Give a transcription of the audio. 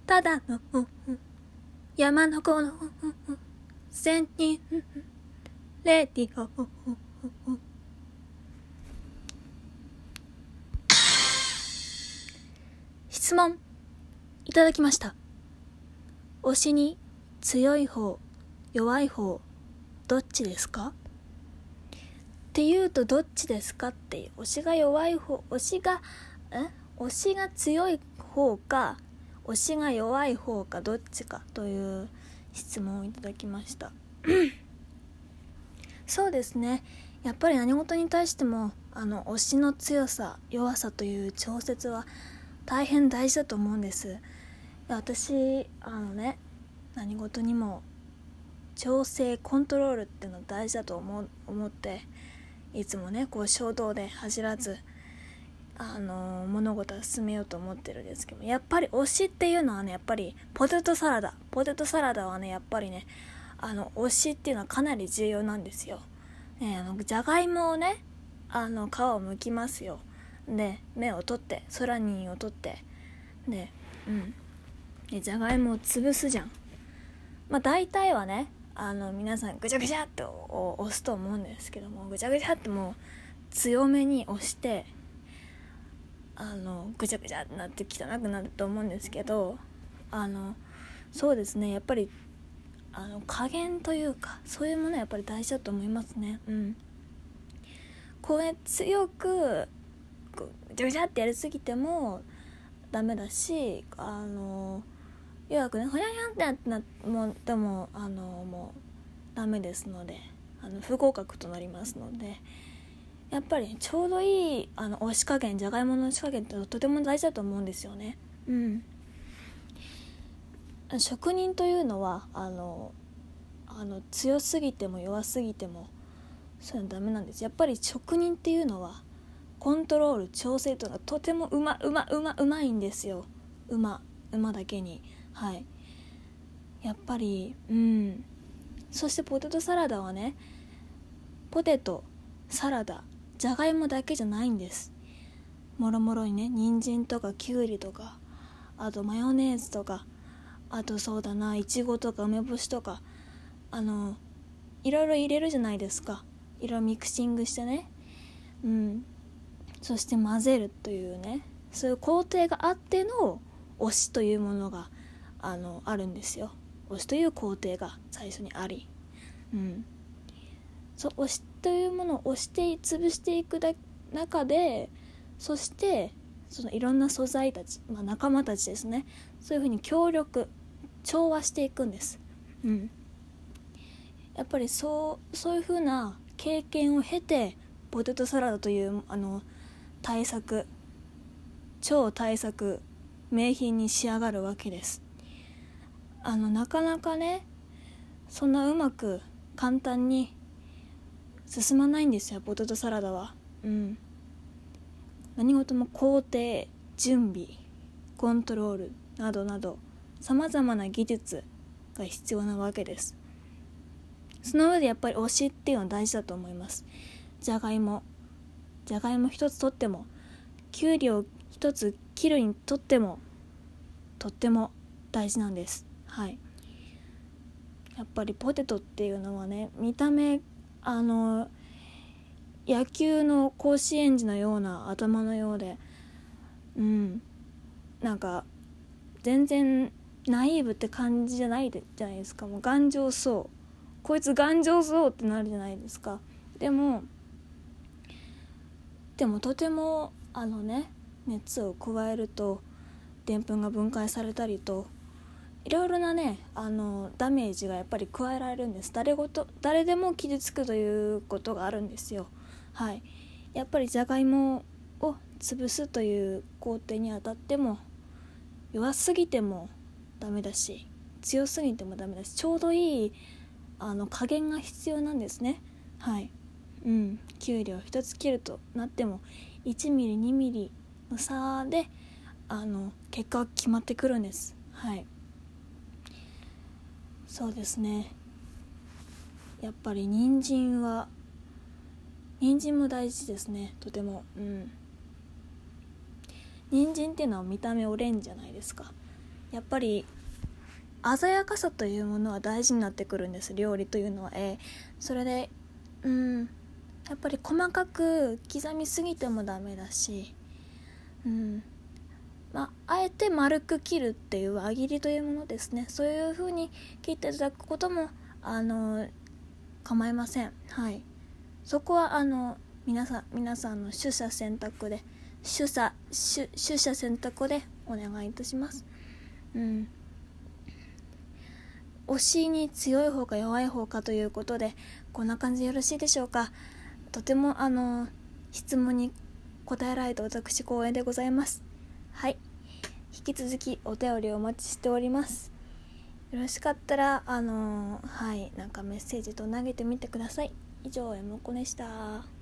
ただの山の子の千人レディオ。質問いただきました。推しに強い方弱い方どっちですかっていうと、どっちですかっていう、推しが弱い方、推しが強い方か推しが弱い方かどっちかという質問をいただきましたそうですね、やっぱり何事に対しても推しの強さ弱さという調節は大変大事だと思うんです。私何事にも調整コントロールっていうのは大事だと思っていつもねこう衝動で走らず物事は進めようと思ってるんですけども、やっぱり推しっていうのはね、やっぱりポテトサラダはね、やっぱりね推しっていうのはかなり重要なんですよ。じゃがいもをね皮を剥きますよ。で芽を取ってソラニンを取ってでじゃがいもを潰すじゃん。大体はね皆さんぐちゃぐちゃって押すと思うんですけども、ぐちゃぐちゃってもう強めに押してぐちゃぐちゃってなって汚くなると思うんですけど、そうですね、やっぱり加減というかそういうものはやっぱり大事だと思いますね。こう強くぐちゃぐちゃってやりすぎてもダメだし、弱くねほにゃほにゃってなってももうダメですので不合格となりますので、やっぱりちょうどいい押し加減、じゃがいもの押し加減ってとても大事だと思うんですよね。職人というのは強すぎても弱すぎてもそういうのダメなんです。やっぱり職人っていうのはコントロール調整というのがとてもうまいんですよ。馬だけにやっぱりそしてポテトサラダはね、ポテトサラダじゃがいもだけじゃないんです。もろもろにね、人参とかきゅうりとか、あとマヨネーズとか、あとそうだないちごとか梅干しとかいろいろ入れるじゃないですか。いろいろミクシングしてね、そして混ぜるというね、そういう工程があっての推しというものがあるんですよ。推しという工程が最初にあり、そう推しというものを押して潰していく中で、そしてそのいろんな素材たち、仲間たちですね、そういうふうに協力調和していくんです。やっぱりそういうふうな経験を経てポテトサラダという超大作名品に仕上がるわけです。なかなかねそんなうまく簡単に進まないんですよ、ポテトサラダは。何事も工程、準備、コントロールなどなどさまざまな技術が必要なわけです。その上でやっぱり推しっていうのは大事だと思います。じゃがいも一つとっても、きゅうりを一つ切るにとってもとっても大事なんです。やっぱりポテトっていうのはね、見た目野球の甲子園児のような頭のようで、なんか全然ナイーブって感じじゃないじゃないですか。もう頑丈そう、こいつ頑丈そうってなるじゃないですか。でもとても熱を加えるとでんぷんが分解されたりといろいろなねダメージがやっぱり加えられるんです。誰でも傷つくということがあるんですよ。やっぱりじゃがいもを潰すという工程にあたっても弱すぎてもダメだし強すぎてもダメだし、ちょうどいい加減が必要なんですね。きゅうりを一つ切るとなっても1ミリ2ミリの差で結果が決まってくるんです。そうですね、やっぱり人参も大事ですね、とても。人参っていうのは見た目オレンジじゃないですか。 やっぱり鮮やかさというものは大事になってくるんです、料理というのは。それでやっぱり細かく刻みすぎてもダメだし、あえて丸く切るっていう輪切りというものですね。そういう風に切っていただくことも構いません。はい、そこは皆さんの取捨選択でお願いいたします。推しに強い方か弱い方かということで、こんな感じでよろしいでしょうか。とても質問に答えられて私光栄でございます。はい、引き続きお便りをお待ちしております。よろしかったらなんかメッセージと投げてみてください。以上、Mこでした。